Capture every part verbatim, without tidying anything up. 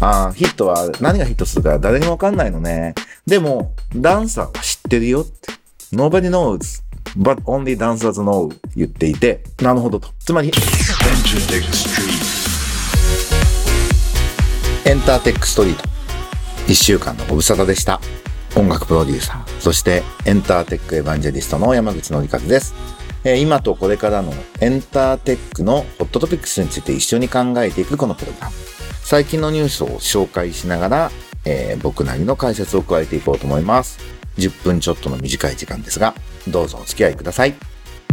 あヒットは何がヒットするか誰にもわかんないのね。でも、ダンサーは知ってるよって。Nobody knows, but only dancers know 言っていて、なるほどと。つまり、エンターテックストリート。一週間のご無沙汰でした。音楽プロデューサー、そしてエンターテックエヴァンジェリストの山口紀一です。えー、今とこれからのエンターテックのホットトピックスについて一緒に考えていくこのプログラム。最近のニュースを紹介しながら、えー、僕なりの解説を加えていこうと思います。じゅっぷんちょっとの短い時間ですが、どうぞお付き合いください。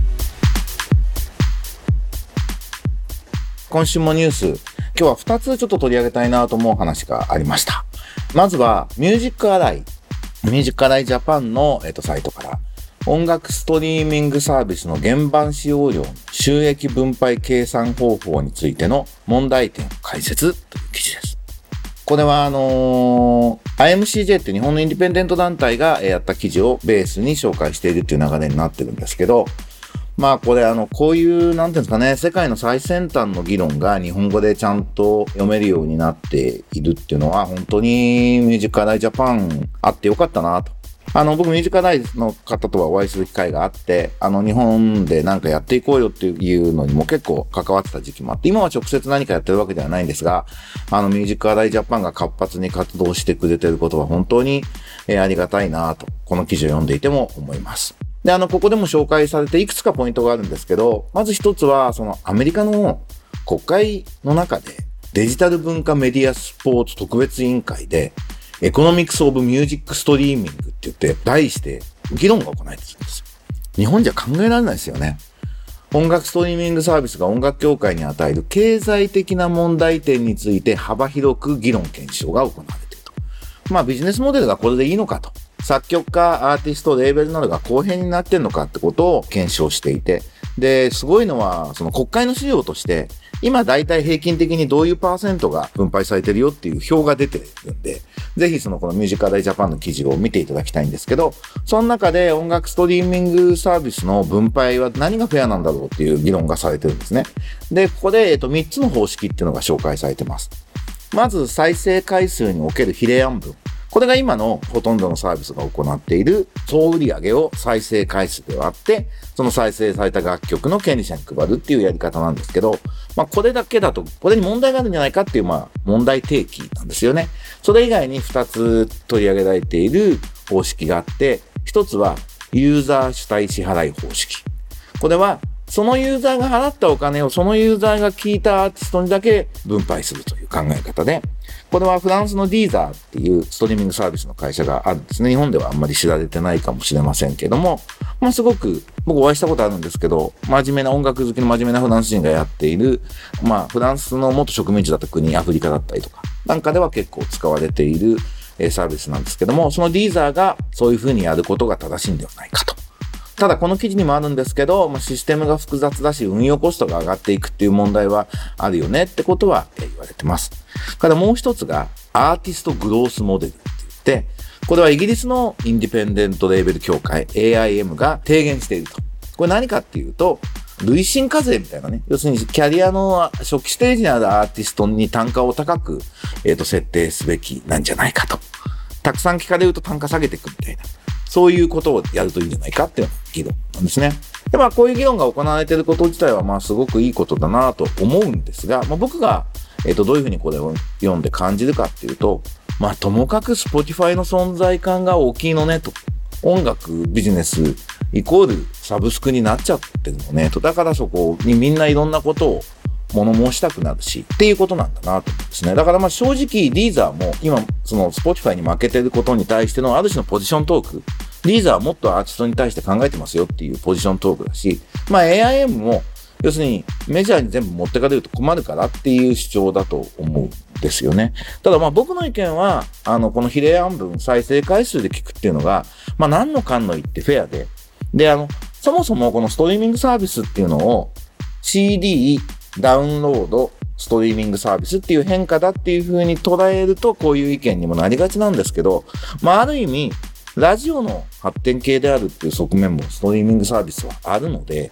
今週もニュース、今日はふたつちょっと取り上げたいなと思う話がありました。まずは、ミュージックアライ、ミュージックアライジャパンの、えっと、サイトから、音楽ストリーミングサービスの原版使用料の収益分配計算方法についての問題点を解説という記事です。これはあのー、アイエムシージェー って日本のインディペンデント団体がやった記事をベースに紹介しているっていう流れになってるんですけど、まあこれあの、こういう、なんていうんですかね、世界の最先端の議論が日本語でちゃんと読めるようになっているっていうのは、本当にミュージックアライジャパンあってよかったなと。あの、僕ミュージックアライの方とはお会いする機会があって、あの、日本でなんかやっていこうよっていうのにも結構関わってた時期もあって、今は直接何かやってるわけではないんですが、あの、ミュージックアライジャパンが活発に活動してくれてることは本当に、えー、ありがたいなと、この記事を読んでいても思います。で、あの、ここでも紹介されていくつかポイントがあるんですけど、まず一つは、そのアメリカの国会の中でデジタル文化メディアスポーツ特別委員会でエコノミクスオブミュージックストリーミングって言って題して議論が行われてるんですよ。日本じゃ考えられないですよね。音楽ストリーミングサービスが音楽協会に与える経済的な問題点について幅広く議論検証が行われていると。まあビジネスモデルがこれでいいのかと。作曲家、アーティスト、レーベルなどが公平になってんのかってことを検証していて、で、すごいのは、その国会の資料として、今だいたい平均的にどういうパーセントが分配されてるよっていう表が出てるんで、ぜひそのこのミュージックアライジャパンの記事を見ていただきたいんですけど、その中で音楽ストリーミングサービスの分配は何がフェアなんだろうっていう議論がされてるんですね。で、ここで、えっと、みっつの方式っていうのが紹介されてます。まず、再生回数における比例案分。これが今のほとんどのサービスが行っている総売上を再生回数で割って、その再生された楽曲の権利者に配るっていうやり方なんですけど、まあこれだけだと、これに問題があるんじゃないかっていう、まあ問題提起なんですよね。それ以外にふたつ取り上げられている方式があって、ひとつはユーザー主体支払い方式。これはそのユーザーが払ったお金をそのユーザーが聴いたアーティストにだけ分配するという考え方で、これはフランスのディーザーっていうストリーミングサービスの会社があるんですね。日本ではあんまり知られてないかもしれませんけども、まあすごく僕お会いしたことあるんですけど、真面目な音楽好きの真面目なフランス人がやっている、まあフランスの元植民地だった国、アフリカだったりとか、なんかでは結構使われているサービスなんですけども、そのディーザーがそういうふうにやることが正しいんではないかと。ただこの記事にもあるんですけど、まあ、システムが複雑だし運用コストが上がっていくっていう問題はあるよねってことは言われてます。からもう一つがアーティストグロースモデルって言って、これはイギリスのインディペンデントレーベル協会 エーアイエム が提言していると。これ何かっていうと、累進課税みたいなね。要するにキャリアの初期ステージにあるアーティストに単価を高く、えっと、設定すべきなんじゃないかと。たくさん聞かれると単価下げていくみたいな。そういうことをやるといいんじゃないかっていう議論なんですね。で、まあこういう議論が行われていること自体はまあすごくいいことだなと思うんですが、まあ僕が、えっと、どういうふうにこれを読んで感じるかっていうと、まあともかく Spotify の存在感が大きいのねと。音楽ビジネスイコールサブスクになっちゃってるのねと。だからそこにみんないろんなことを物申したくなるしっていうことなんだなと思うんですね。だからまあ正直ディーザーも今その Spotify に負けてることに対してのある種のポジショントーク、ディーザーはもっとアーティストに対して考えてますよっていうポジショントークだし、まあ エーアイエム も要するにメジャーに全部持ってかれると困るからっていう主張だと思うんですよね。ただまあ僕の意見はあのこの比例案分再生回数で聞くっていうのがまあ何のかんの言ってフェアで、であのそもそもこのストリーミングサービスっていうのを シーディーダウンロードストリーミングサービスっていう変化だっていう風に捉えるとこういう意見にもなりがちなんですけど、まあある意味ラジオの発展系であるっていう側面もストリーミングサービスはあるので、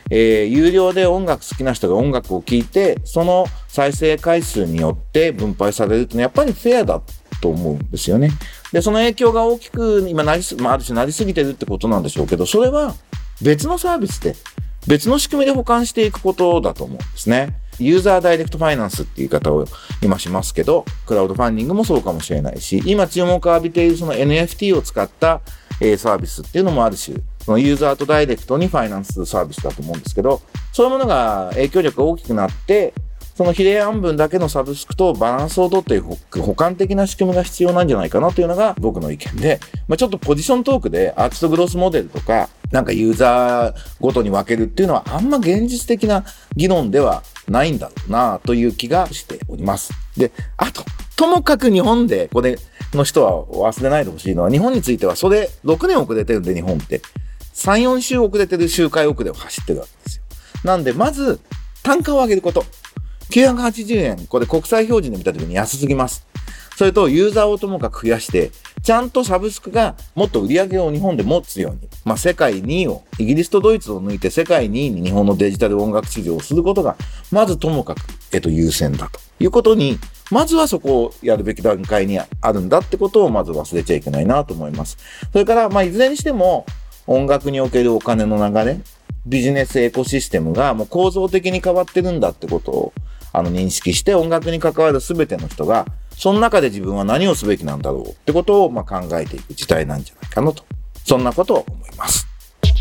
えー、有料で音楽好きな人が音楽を聴いて、その再生回数によって分配されるってのはやっぱりフェアだと思うんですよね。で、その影響が大きく今なりす、まあ、ある種なりすぎてるってことなんでしょうけど、それは別のサービスで、別の仕組みで保管していくことだと思うんですね。ユーザーダイレクトファイナンスっていう言い方を今しますけど、クラウドファンディングもそうかもしれないし、今注目を浴びているその エヌエフティー を使った、えー、サービスっていうのもある種、そのユーザーとダイレクトにファイナンスするサービスだと思うんですけど、そういうものが影響力が大きくなって、その比例案分だけのサブスクとバランスをとっていく補完的な仕組みが必要なんじゃないかなというのが僕の意見で、まあ、ちょっとポジショントークでアーティストグロースモデルとか、なんかユーザーごとに分けるっていうのはあんま現実的な議論ではないんだろうなという気がしております。で、あと、ともかく日本で、これの人は忘れないでほしいのは、日本についてはそれろくねん遅れてるんで、日本って。さん、よん週遅れてる周回遅れを走ってるわけですよ。なんで、まず、単価を上げること。きゅうひゃくはちじゅうえん、これ国際標準で見たときに安すぎます。それと、ユーザーをともかく増やして、ちゃんとサブスクがもっと売り上げを日本で持つように、まあ世界にいを、イギリスとドイツを抜いて世界にいに日本のデジタル音楽市場をすることが、まずともかく、えっと、優先だということに、まずはそこをやるべき段階にあるんだってことをまず忘れちゃいけないなと思います。それから、まあいずれにしても、音楽におけるお金の流れ、ビジネスエコシステムがもう構造的に変わってるんだってことを、あの認識して音楽に関わる全ての人が、その中で自分は何をすべきなんだろうってことをまあ考えていく時代なんじゃないかなと。そんなことを思います。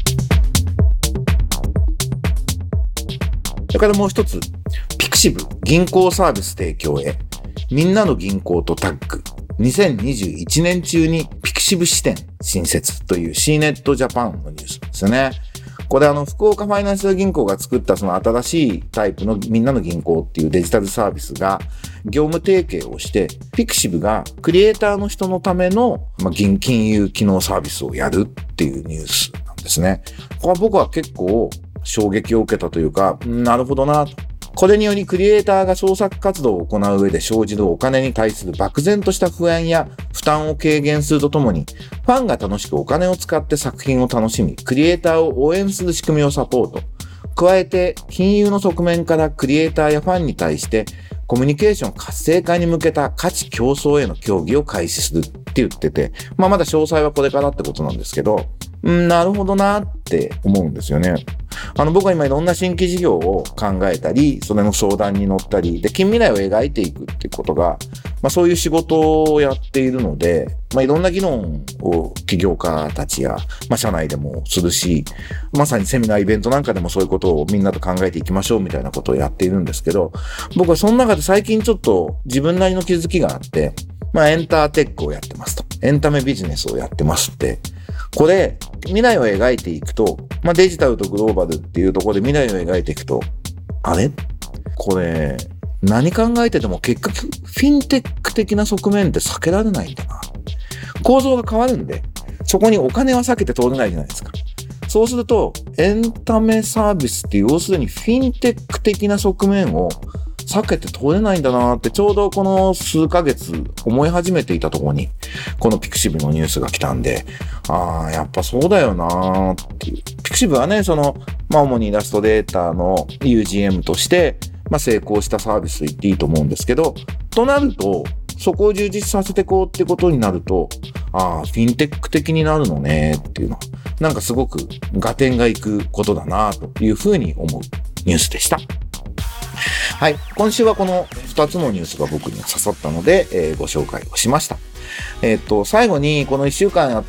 それからもう一つ、ピクシブ銀行サービス提供へ、みんなの銀行とタッグ、にせんにじゅういちねん中にピクシブ支店新設という シーネットジャパンのニュースですよね。これあの、福岡ファイナンシャル銀行が作ったその新しいタイプのみんなの銀行っていうデジタルサービスが業務提携をして、ピクシブがクリエイターの人のための、まあ、銀金融機能サービスをやるっていうニュースなんですね。これは僕は結構衝撃を受けたというか、なるほどなと。これによりクリエイターが創作活動を行う上で生じるお金に対する漠然とした不安や負担を軽減するとともに、ファンが楽しくお金を使って作品を楽しみ、クリエイターを応援する仕組みをサポート。加えて、金融の側面からクリエイターやファンに対してコミュニケーション活性化に向けた価値競争への協議を開始するって言ってて、まあまだ詳細はこれからってことなんですけど、うん、なるほどなって思うんですよね。あの僕は今いろんな新規事業を考えたり、それの相談に乗ったり、で、近未来を描いていくっていうことが、まあそういう仕事をやっているので、まあいろんな議論を起業家たちや、まあ社内でもするし、まさにセミナーイベントなんかでもそういうことをみんなと考えていきましょうみたいなことをやっているんですけど、僕はその中で最近ちょっと自分なりの気づきがあって、まあエンターテックをやってますと。エンタメビジネスをやってますって。これ、未来を描いていくと、まあ、デジタルとグローバルっていうところで未来を描いていくと、あれこれ、何考えてても結局、フィンテック的な側面って避けられないんだな。構造が変わるんで、そこにお金は避けて通れないじゃないですか。そうすると、エンタメサービスって要するにフィンテック的な側面を避けて通れないんだなってちょうどこの数ヶ月思い始めていたところにこのピクシブのニュースが来たんで、ああやっぱそうだよなっていう。ピクシブはね、そのまあ主にイラストレーターの ユージーエム としてまあ成功したサービスと言っていいと思うんですけど、となるとそこを充実させていこうってことになると、ああフィンテック的になるのねっていうのはなんかすごく合点がいくことだなというふうに思うニュースでした。はい。今週はこのふたつのニュースが僕に刺さったので、えー、ご紹介をしました。えっと、最後にこのいっしゅうかんやった、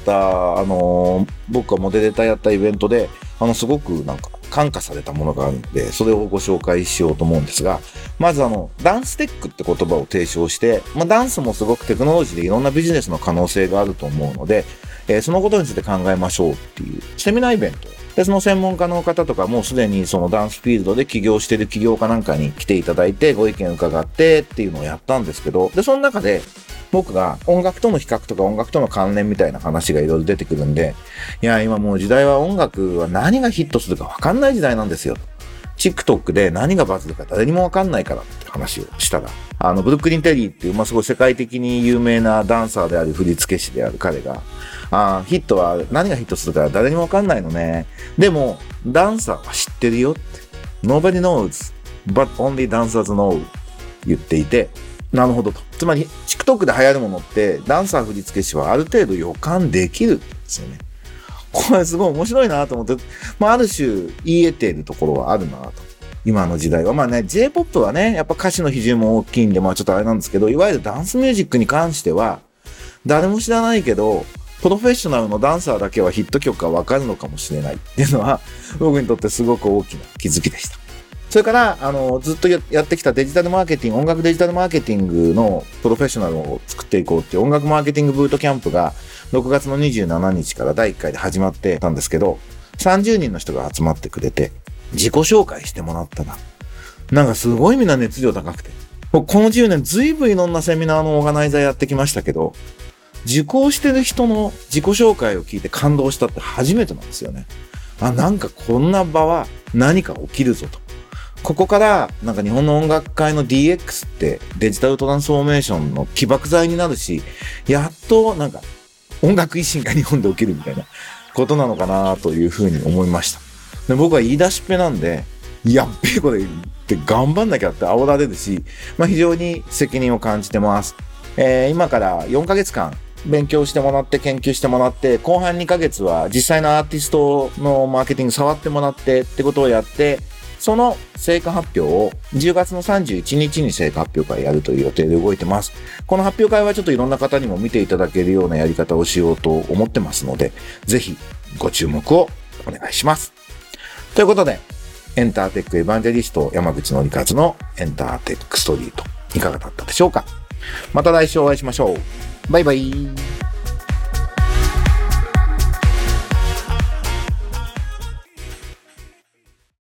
あのー、僕がモデレーターやったイベントで、あの、すごくなんか感化されたものがあるので、それをご紹介しようと思うんですが、まずあの、ダンステックって言葉を提唱して、まあ、ダンスもすごくテクノロジーでいろんなビジネスの可能性があると思うので、えー、そのことについて考えましょうっていうセミナーイベント。で、その専門家の方とかもうすでにそのダンスフィールドで起業している起業家なんかに来ていただいてご意見伺ってっていうのをやったんですけど、で、その中で僕が音楽との比較とか音楽との関連みたいな話がいろいろ出てくるんで、いや、今もう時代は音楽は何がヒットするか分かんない時代なんですよ。 TikTok で何がバズるか誰にもわかんないからって話をしたら、あの、ブルックリン・テリーっていう、まあ、すごい世界的に有名なダンサーである振付師である彼が、あヒットは、何がヒットするか誰にもわかんないのね。でも、ダンサーは知ってるよって。Nobody knows, but only dancers know 言っていて、なるほどと。つまり、TikTok で流行るものって、ダンサー振付師はある程度予感できるんですよね。これすごい面白いなと思って、まあ、ある種言い得ているところはあるなと。今の時代は。まあね、J-ポップ はね、やっぱ歌詞の比重も大きいんで、まあちょっとあれなんですけど、いわゆるダンスミュージックに関しては、誰も知らないけど、プロフェッショナルのダンサーだけはヒット曲がわかるのかもしれないっていうのは、僕にとってすごく大きな気づきでした。それから、あの、ずっとやってきたデジタルマーケティング、音楽デジタルマーケティングのプロフェッショナルを作っていこうっていう音楽マーケティングブートキャンプがろくがつのにじゅうしちにちからだいいっかいで始まってたんですけど、さんじゅうにんの人が集まってくれて、自己紹介してもらったら、なんかすごいみんな熱量高くて。このじゅうねんずいぶんいろんなセミナーのオーガナイザーやってきましたけど、受講してる人の自己紹介を聞いて感動したって初めてなんですよね。あ、なんかこんな場は何か起きるぞと。ここからなんか日本の音楽界の ディーエックス ってデジタルトランスフォーメーションの起爆剤になるし、やっとなんか音楽維新が日本で起きるみたいなことなのかなというふうに思いました。で僕は言い出しっぺなんで、やっべえこと言って頑張んなきゃって煽られるし、まあ非常に責任を感じてます。えー、今からよんかげつかん勉強してもらって研究してもらって、後半にかげつは実際のアーティストのマーケティング触ってもらってってことをやって、その成果発表をじゅうがつのさんじゅういちにちに成果発表会やるという予定で動いてます。この発表会はちょっといろんな方にも見ていただけるようなやり方をしようと思ってますので、ぜひご注目をお願いします。ということで、エンターテックエヴァンジェリスト山口のりかずのエンターテックストリートいかがだったでしょうか。また来週お会いしましょう。バイバイ。